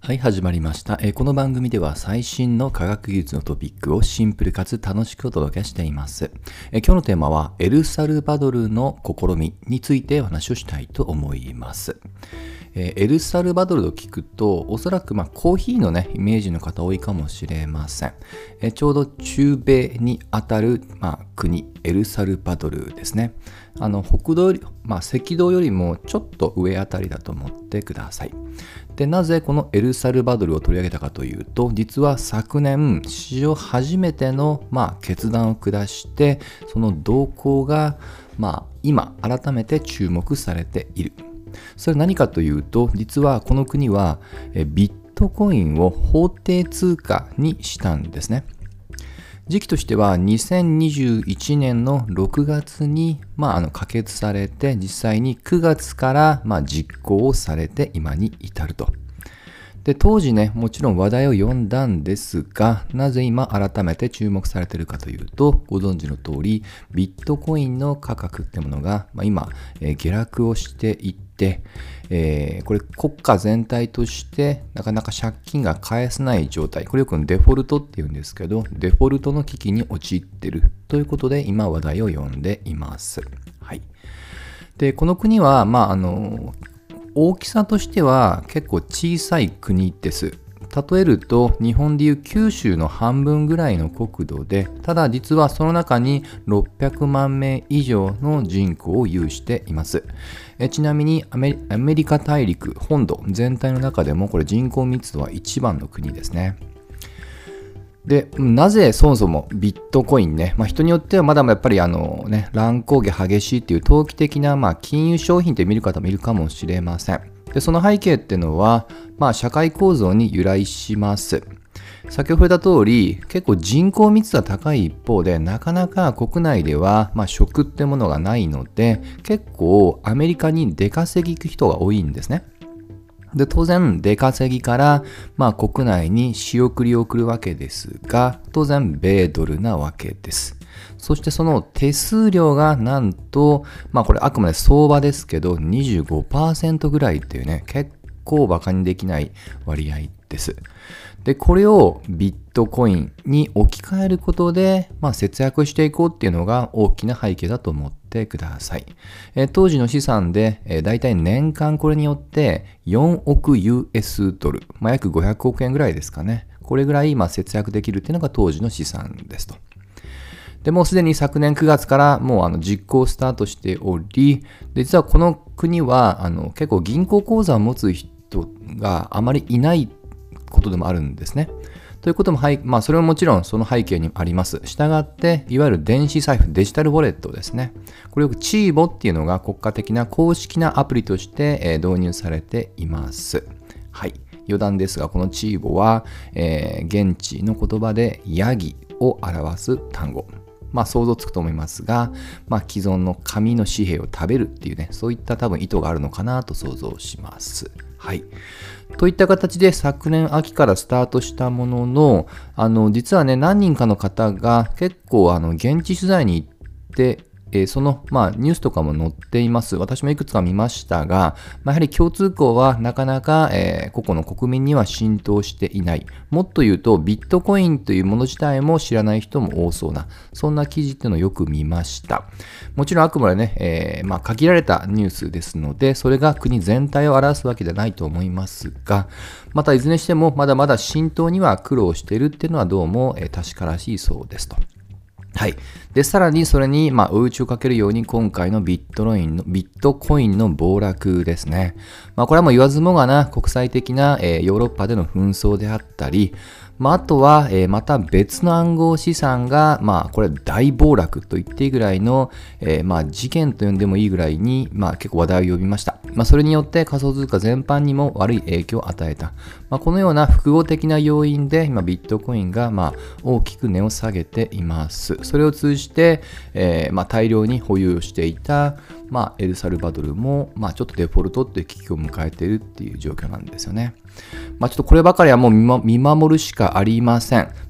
はい、始まりました。この番組では最新の科学技術のトピックをシンプルかつ楽しくお届けしています。今日のテーマはエルサルバドルの試みについてお話をしたいと思います。エルサルバドルと聞くと、おそらくコーヒーのね、イメージの方多いかもしれません。ちょうど中米にあたる、国、エルサルバドルですね。北道より、赤道よりもちょっと上あたりだと思ってください。で、なぜこのエルサルバドルを取り上げたかというと、実は昨年、史上初めての、決断を下して、その動向が、今、改めて注目されている。それは何かというと、実はこの国はビットコインを法定通貨にしたんですね。時期としては2021年の6月に可決されて、実際に9月から実行されて今に至ると。で、当時ね、もちろん話題を読んだんですが、なぜ今改めて注目されているかというと、ご存知の通り、ビットコインの価格ってものが、今、下落をしていって、これ国家全体としてなかなか借金が返せない状態、これよくデフォルトっていうんですけど、デフォルトの危機に陥っているということで、今話題を読んでいます。はい。で、この国は、大きさとしては結構小さい国です。例えると日本でいう九州の半分ぐらいの国土で、ただ実はその中に600万名以上の人口を有しています。ちなみにアメリカ大陸本土全体の中でもこれ人口密度は一番の国ですね。で、なぜそもそもビットコインね、人によってはまだやっぱり乱高下激しいっていう投機的な金融商品と見る方もいるかもしれません。で、その背景っていうのは社会構造に由来します。先ほど言った通り、結構人口密度が高い一方で、なかなか国内では食ってものがないので、結構アメリカに出稼ぎ行く人が多いんですね。で、当然、出稼ぎから、国内に仕送りを送るわけですが、当然、米ドルなわけです。そしてその手数料がなんと、これあくまで相場ですけど、25% ぐらいっていうね、結構バカにできない割合です。で、これをビットコインに置き換えることで、節約していこうっていうのが大きな背景だと思ってください。当時の資産で、だいたい年間これによって4億 US ドル、約500億円ぐらいですかね。これぐらい節約できるっていうのが当時の資産ですと。で、もうすでに昨年9月からもう実行スタートしており、で、実はこの国は結構銀行口座を持つ人があまりいないことでもあるんですね。ということも、それももちろんその背景にあります。したがって、いわゆる電子財布、デジタルウォレットですね。これよくチーボっていうのが国家的な公式なアプリとして導入されています。はい。余談ですが、このチーボは、現地の言葉でヤギを表す単語。想像つくと思いますが、既存の紙の紙幣を食べるっていうね、そういった多分意図があるのかなと想像します。はい。といった形で昨年秋からスタートしたものの、実はね、何人かの方が結構現地取材に行って、そのニュースとかも載っています。私もいくつか見ましたが、やはり共通項はなかなか、個々の国民には浸透していない。もっと言うと、ビットコインというもの自体も知らない人も多そうな、そんな記事っていうのをよく見ました。もちろんあくまでね、限られたニュースですので、それが国全体を表すわけではないと思いますが、またいずれにしてもまだまだ浸透には苦労しているっていうのはどうも、確からしいそうですと。はい。で、さらにそれに、追い打ちをかけるように今回のビットコインの暴落ですね。これはもう言わずもがな国際的な、ヨーロッパでの紛争であったり、あとは、また別の暗号資産が、これ大暴落と言っていいぐらいの、事件と呼んでもいいぐらいに、結構話題を呼びました。それによって仮想通貨全般にも悪い影響を与えた。このような複合的な要因で、今ビットコインが、大きく値を下げています。それを通じて、大量に保有していた、エルサルバドルも、ちょっとデフォルトっていう危機を迎えているっていう状況なんですよね。ちょっとこればかりはもう見守るしかありません。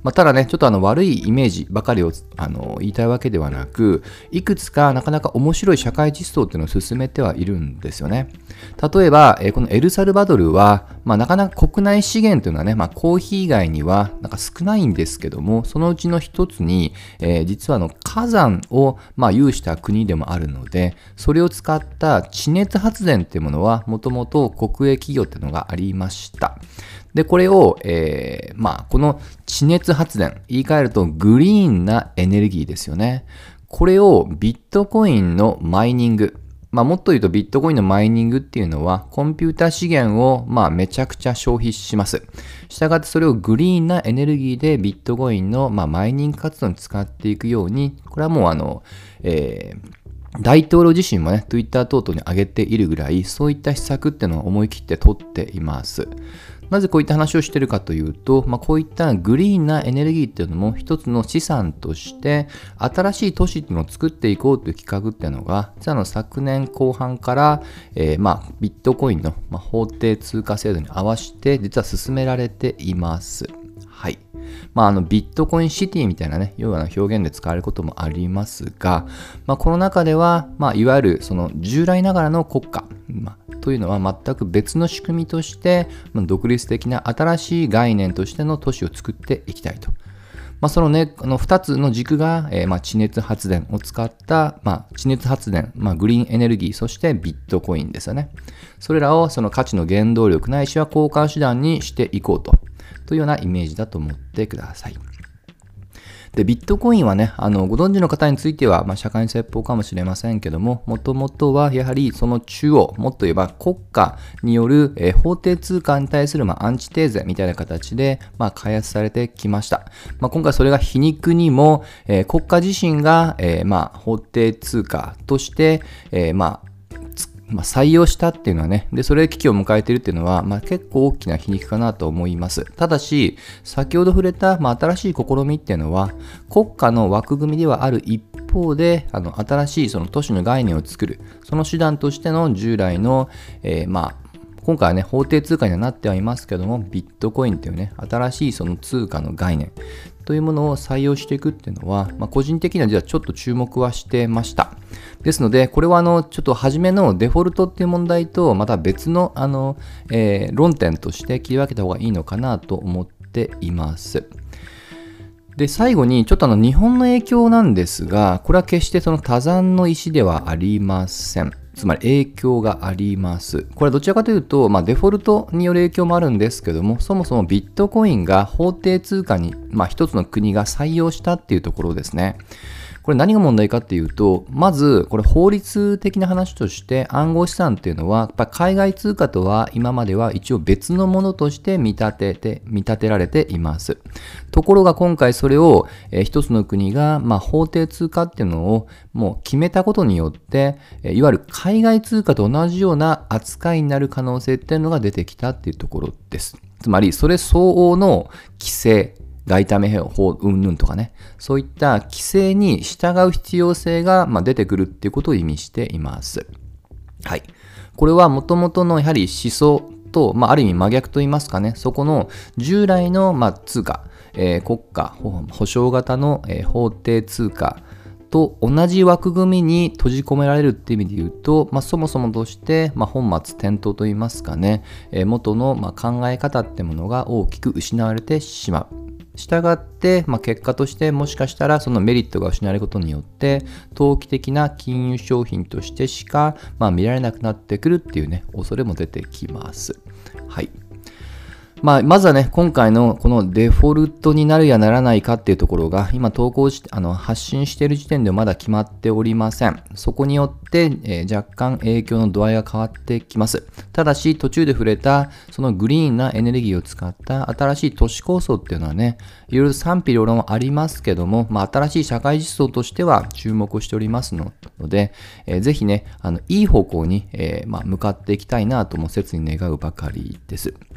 ただね、ちょっと悪いイメージばかりを言いたいわけではなく、いくつかなかなか面白い社会実装っていうのを進めてはいるんですよね。例えば、このエルサルバドルは、なかなか国内資源というのはね、コーヒー以外にはなんか少ないんですけども、そのうちの一つに、実は火山を有した国でもあるので、それを使った地熱発電っていうものは、もともと国営企業っていうのがありました。で、これを、この地熱発電、言い換えるとグリーンなエネルギーですよね。これをビットコインのマイニング、もっと言うとビットコインのマイニングっていうのはコンピュータ資源をめちゃくちゃ消費します。したがってそれをグリーンなエネルギーでビットコインのマイニング活動に使っていくように、これはもう大統領自身もね、Twitter 等々に上げているぐらい、そういった施策っていうのを思い切って取っています。なぜこういった話をしているかというと、こういったグリーンなエネルギーっていうのも一つの資産として、新しい都市っていうのを作っていこうという企画っていうのが、実は昨年後半から、ビットコインの、法定通貨制度に合わせて、実は進められています。はい。ビットコインシティみたいなね、ような表現で使われることもありますが、この中では、いわゆるその従来ながらの国家、というのは全く別の仕組みとして、独立的な新しい概念としての都市を作っていきたいと。そのね、2つの軸が、地熱発電を使った、地熱発電、グリーンエネルギー、そしてビットコインですよね。それらをその価値の原動力ないしは交換手段にしていこうというようなイメージだと思ってください。で、ビットコインはね、ご存知の方については、社会説法かもしれませんけども、もともとはやはりその中央、もっと言えば国家による、法定通貨に対する、アンチテーゼみたいな形で、開発されてきました。今回それが皮肉にも、国家自身が、法定通貨として、採用したっていうのはね、で、それで危機を迎えているっていうのは、結構大きな皮肉かなと思います。ただし、先ほど触れた、新しい試みっていうのは、国家の枠組みではある一方で、新しいその都市の概念を作る、その手段としての従来の、今回はね、法定通貨にはなってはいますけども、ビットコインっていうね、新しいその通貨の概念というものを採用していくっていうのは、個人的には実はちょっと注目はしてました。ですので、これはちょっと初めのデフォルトっていう問題と、また別の論点として切り分けた方がいいのかなと思っています。で、最後にちょっと日本の影響なんですが、これは決してその他山の石ではありません。つまり影響があります。これはどちらかというと、デフォルトによる影響もあるんですけども、そもそもビットコインが法定通貨に、一つの国が採用したっていうところですね。これ何が問題かっていうと、まずこれ法律的な話として暗号資産っていうのはやっぱ海外通貨とは今までは一応別のものとして見立てられています。ところが今回それを一つの国が法定通貨っていうのをもう決めたことによっていわゆる海外通貨と同じような扱いになる可能性っていうのが出てきたっていうところです。つまりそれ相応の規制、外為法云々とかね、そういった規制に従う必要性が出てくるっていうことを意味しています。はい。これは元々のやはり思想と、ある意味真逆と言いますかね、そこの従来の通貨、国家保証型の法定通貨と同じ枠組みに閉じ込められるっていう意味で言うと、そもそもとして本末転倒と言いますかね、元の考え方ってものが大きく失われてしまう。したがって、結果としてもしかしたらそのメリットが失われることによって投機的な金融商品としてしか、見られなくなってくるっていうね、恐れも出てきます。はい。まずはね、今回のこのデフォルトになるやならないかっていうところが、今発信している時点ではまだ決まっておりません。そこによって、若干影響の度合いが変わってきます。ただし、途中で触れた、そのグリーンなエネルギーを使った新しい都市構想っていうのはね、いろいろ賛否両論ありますけども、新しい社会実装としては注目をしておりますので、ぜひね、いい方向に、向かっていきたいなとも切に願うばかりです。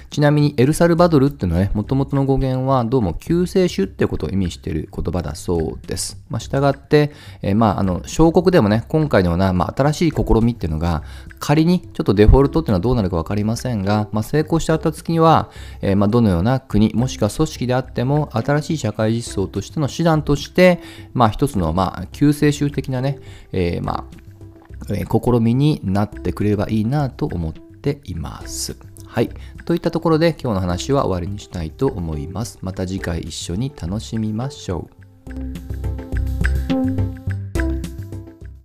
ちなみにエルサルバドルっていうのはね、もともとの語源はどうも救世主ってことを意味している言葉だそうです。したがって、小国でもね、今回のような、新しい試みっていうのが、仮にちょっとデフォルトっていうのはどうなるか分かりませんが、成功しちゃった月には、どのような国、もしくは組織であっても、新しい社会実装としての手段として、一つの、救世主的なね、試みになってくれればいいなと思っています。はい。といったところで今日の話は終わりにしたいと思います。また次回一緒に楽しみましょう。